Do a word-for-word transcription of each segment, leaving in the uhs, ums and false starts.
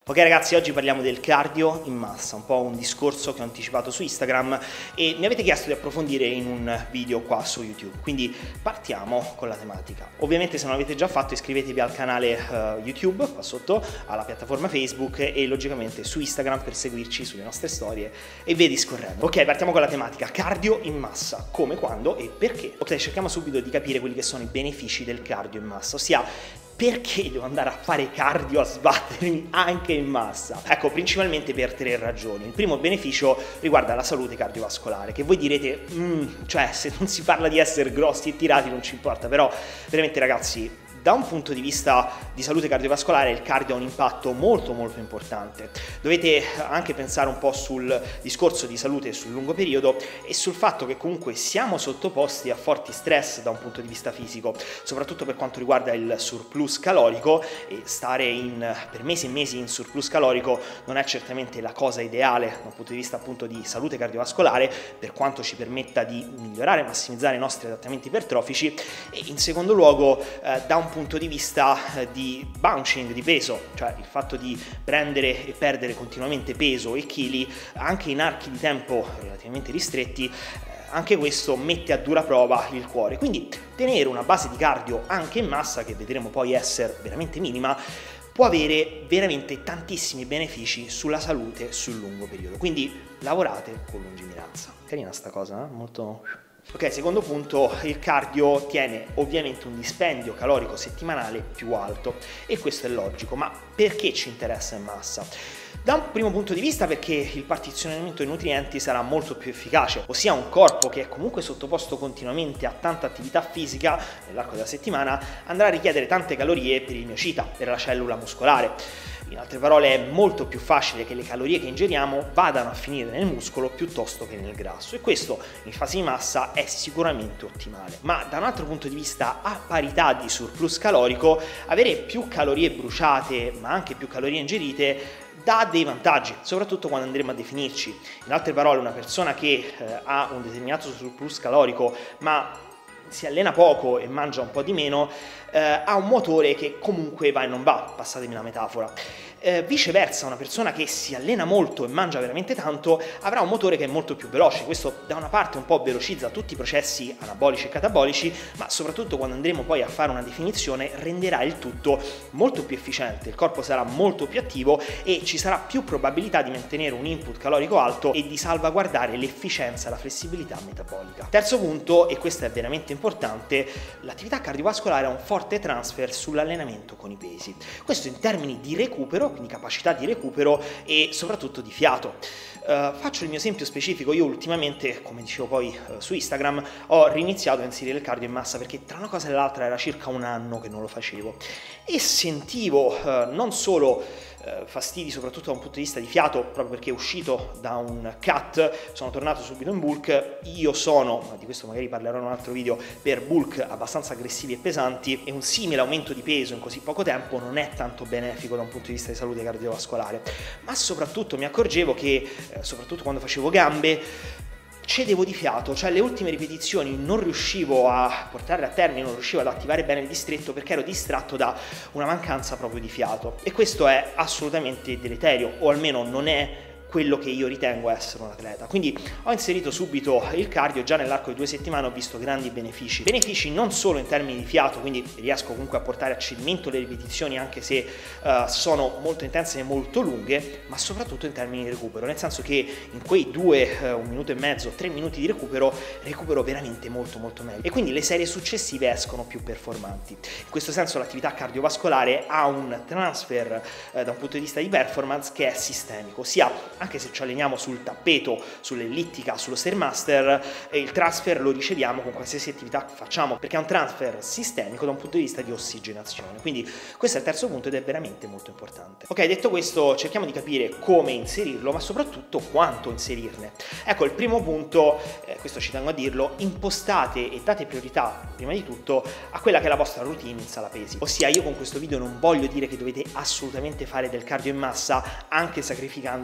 Ok ragazzi, oggi parliamo del cardio in massa, un po' un discorso che ho anticipato su Instagram e mi avete chiesto di approfondire in un video qua su YouTube, quindi partiamo con la tematica. Ovviamente se non l'avete già fatto iscrivetevi al canale uh, YouTube qua sotto, alla piattaforma Facebook e logicamente su Instagram per seguirci sulle nostre storie e via discorrendo. Ok, partiamo con la tematica cardio in massa, come, quando e perché. Ok, cerchiamo subito di capire quelli che sono i benefici del cardio in massa, ossia perché devo andare a fare cardio, a sbattermi anche in massa? Ecco, principalmente per tre ragioni. Il primo beneficio riguarda la salute cardiovascolare, che voi direte, mm, cioè se non si parla di essere grossi e tirati non ci importa, però veramente ragazzi, da un punto di vista di salute cardiovascolare il cardio ha un impatto molto molto importante. Dovete anche pensare un po' sul discorso di salute sul lungo periodo e sul fatto che comunque siamo sottoposti a forti stress da un punto di vista fisico, soprattutto per quanto riguarda il surplus calorico, e stare in, per mesi e mesi in surplus calorico non è certamente la cosa ideale da un punto di vista appunto di salute cardiovascolare, per quanto ci permetta di migliorare e massimizzare i nostri adattamenti ipertrofici, e in secondo luogo eh, da un punto di vista di bouncing di peso, cioè il fatto di prendere e perdere continuamente peso e chili anche in archi di tempo relativamente ristretti, anche questo mette a dura prova il cuore. Quindi tenere una base di cardio anche in massa, che vedremo poi essere veramente minima, può avere veramente tantissimi benefici sulla salute sul lungo periodo. Quindi lavorate con lungimiranza. Carina sta cosa, eh? Molto... Ok, secondo punto, il cardio tiene ovviamente un dispendio calorico settimanale più alto e questo è logico, ma perché ci interessa in massa? Da un primo punto di vista perché il partizionamento dei nutrienti sarà molto più efficace, ossia un corpo che è comunque sottoposto continuamente a tanta attività fisica nell'arco della settimana andrà a richiedere tante calorie per il miocita, per la cellula muscolare. In altre parole è molto più facile che le calorie che ingeriamo vadano a finire nel muscolo piuttosto che nel grasso, e questo in fase di massa è sicuramente ottimale. Ma da un altro punto di vista, a parità di surplus calorico, avere più calorie bruciate ma anche più calorie ingerite dà dei vantaggi, soprattutto quando andremo a definirci. In altre parole, una persona che eh, ha un determinato surplus calorico ma si allena poco e mangia un po' di meno, eh, ha un motore che comunque va e non va, passatemi la metafora. Eh, viceversa, una persona che si allena molto e mangia veramente tanto avrà un motore che è molto più veloce. Questo da una parte un po' velocizza tutti i processi anabolici e catabolici, ma soprattutto quando andremo poi a fare una definizione renderà il tutto molto più efficiente, il corpo sarà molto più attivo e ci sarà più probabilità di mantenere un input calorico alto e di salvaguardare l'efficienza e la flessibilità metabolica. Terzo punto, e questo è veramente importante, l'attività cardiovascolare ha un forte transfer sull'allenamento con i pesi. Questo in termini di recupero, quindi capacità di recupero e soprattutto di fiato. Uh, faccio il mio esempio specifico. Io ultimamente, come dicevo poi uh, su Instagram, ho riniziato a inserire il cardio in massa perché tra una cosa e l'altra era circa un anno che non lo facevo e sentivo uh, non solo fastidi soprattutto da un punto di vista di fiato, proprio perché uscito da un cut sono tornato subito in bulk. Io sono, ma di questo magari parlerò in un altro video, per bulk abbastanza aggressivi e pesanti, e un simile aumento di peso in così poco tempo non è tanto benefico da un punto di vista di salute cardiovascolare. Ma soprattutto mi accorgevo che eh, soprattutto quando facevo gambe cedevo di fiato, cioè le ultime ripetizioni non riuscivo a portarle a termine, non riuscivo ad attivare bene il distretto perché ero distratto da una mancanza proprio di fiato, e questo è assolutamente deleterio, o almeno non è quello che io ritengo essere un atleta. Quindi ho inserito subito il cardio, già nell'arco di due settimane ho visto grandi benefici. Benefici non solo in termini di fiato, quindi riesco comunque a portare a cedimento le ripetizioni anche se uh, sono molto intense e molto lunghe, ma soprattutto in termini di recupero, nel senso che in quei due, uh, un minuto e mezzo, tre minuti di recupero, recupero veramente molto molto meglio, e quindi le serie successive escono più performanti. In questo senso l'attività cardiovascolare ha un transfer uh, da un punto di vista di performance che è sistemico, ossia anche se ci alleniamo sul tappeto, sull'ellittica, sullo Stairmaster, eh, il transfer lo riceviamo con qualsiasi attività facciamo, perché è un transfer sistemico da un punto di vista di ossigenazione. Quindi questo è il terzo punto ed è veramente molto importante. Ok, detto questo, cerchiamo di capire come inserirlo, ma soprattutto quanto inserirne. Ecco, il primo punto, eh, questo ci tengo a dirlo, impostate e date priorità, prima di tutto, a quella che è la vostra routine in sala pesi. Ossia, io con questo video non voglio dire che dovete assolutamente fare del cardio in massa anche sacrificando l'attività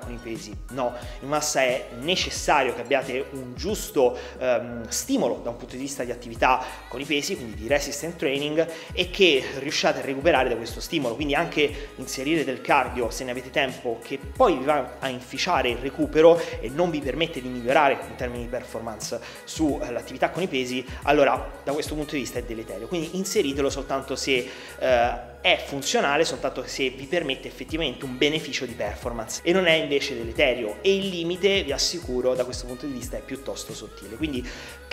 con i pesi. No, in massa è necessario che abbiate un giusto ehm, stimolo da un punto di vista di attività con i pesi, quindi di resistance training, e che riusciate a recuperare da questo stimolo. Quindi anche inserire del cardio, se ne avete tempo, che poi vi va a inficiare il recupero e non vi permette di migliorare in termini di performance sull'attività con i pesi, allora da questo punto di vista è deleterio. Quindi inseritelo soltanto se eh, è funzionale, soltanto se vi permette effettivamente un beneficio di performance e non è invece deleterio, e il limite, vi assicuro, da questo punto di vista è piuttosto sottile. Quindi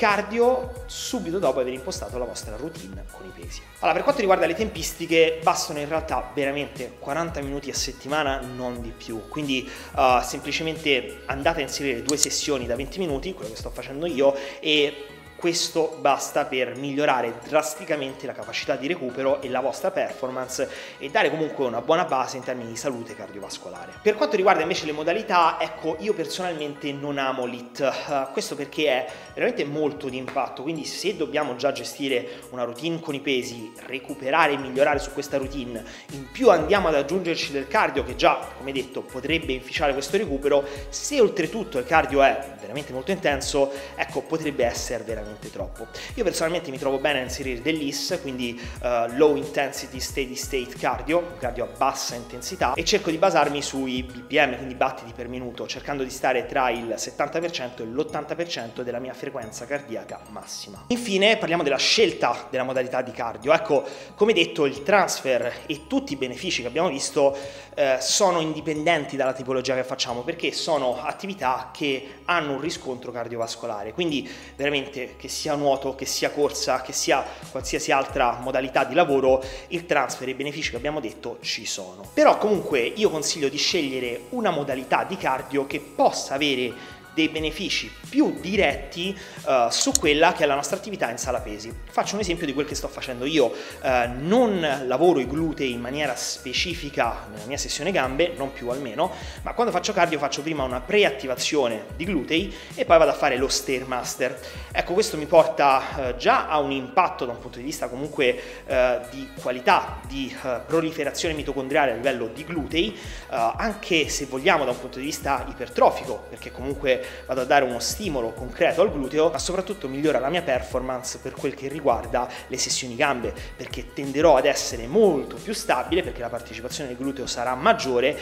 cardio subito dopo aver impostato la vostra routine con i pesi. Allora, per quanto riguarda le tempistiche, bastano in realtà veramente quaranta minuti a settimana, non di più. Quindi uh, semplicemente andate a inserire due sessioni da venti minuti, quello che sto facendo io, e questo basta per migliorare drasticamente la capacità di recupero e la vostra performance e dare comunque una buona base in termini di salute cardiovascolare. Per quanto riguarda invece le modalità, ecco, io personalmente non amo l'H I I T, uh, questo perché è veramente molto di impatto, quindi se dobbiamo già gestire una routine con i pesi, recuperare e migliorare su questa routine, in più andiamo ad aggiungerci del cardio che già, come detto, potrebbe inficiare questo recupero, se oltretutto il cardio è veramente molto intenso, ecco, potrebbe essere veramente troppo. Io personalmente mi trovo bene a inserire dell'I S, quindi uh, Low Intensity Steady State Cardio, un cardio a bassa intensità, e cerco di basarmi sui B P M, quindi battiti per minuto, cercando di stare tra il settanta per cento e l'ottanta per cento della mia frequenza cardiaca massima. Infine parliamo della scelta della modalità di cardio. Ecco, come detto, il transfer e tutti i benefici che abbiamo visto eh, sono indipendenti dalla tipologia che facciamo, perché sono attività che hanno un riscontro cardiovascolare, quindi veramente che sia nuoto, che sia corsa, che sia qualsiasi altra modalità di lavoro, il transfer e i benefici che abbiamo detto ci sono. Però comunque io consiglio di scegliere una modalità di cardio che possa avere dei benefici più diretti uh, su quella che è la nostra attività in sala pesi. Faccio un esempio di quel che sto facendo io. Uh, non lavoro i glutei in maniera specifica nella mia sessione gambe, non più almeno, ma quando faccio cardio faccio prima una preattivazione di glutei e poi vado a fare lo Stairmaster. Ecco, questo mi porta uh, già a un impatto da un punto di vista comunque uh, di qualità, di uh, proliferazione mitocondriale a livello di glutei, uh, anche se vogliamo da un punto di vista ipertrofico, perché comunque vado a dare uno stimolo concreto al gluteo, ma soprattutto migliora la mia performance per quel che riguarda le sessioni gambe, perché tenderò ad essere molto più stabile, perché la partecipazione del gluteo sarà maggiore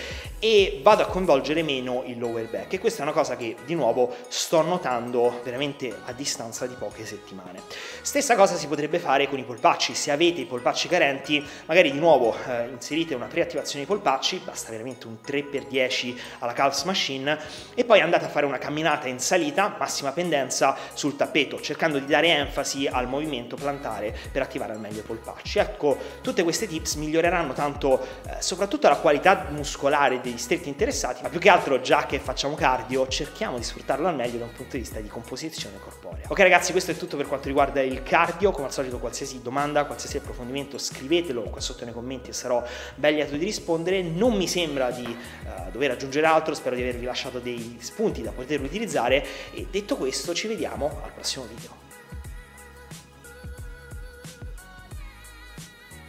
e vado a coinvolgere meno il lower back, e questa è una cosa che di nuovo sto notando veramente a distanza di poche settimane. Stessa cosa si potrebbe fare con i polpacci. Se avete i polpacci carenti, magari di nuovo eh, inserite una preattivazione dei polpacci, basta veramente un tre per dieci alla Calves Machine, e poi andate a fare una camminata in salita, massima pendenza sul tappeto, cercando di dare enfasi al movimento plantare per attivare al meglio i polpacci. Ecco, tutte queste tips miglioreranno tanto eh, soprattutto la qualità muscolare dei distretti interessati, ma più che altro, già che facciamo cardio, cerchiamo di sfruttarlo al meglio da un punto di vista di composizione corporea. Ok ragazzi, questo è tutto per quanto riguarda il cardio. Come al solito, qualsiasi domanda, qualsiasi approfondimento, scrivetelo qua sotto nei commenti e sarò ben lieto di rispondere. Non mi sembra di uh, dover aggiungere altro, spero di avervi lasciato dei spunti da poter utilizzare, e detto questo ci vediamo al prossimo video.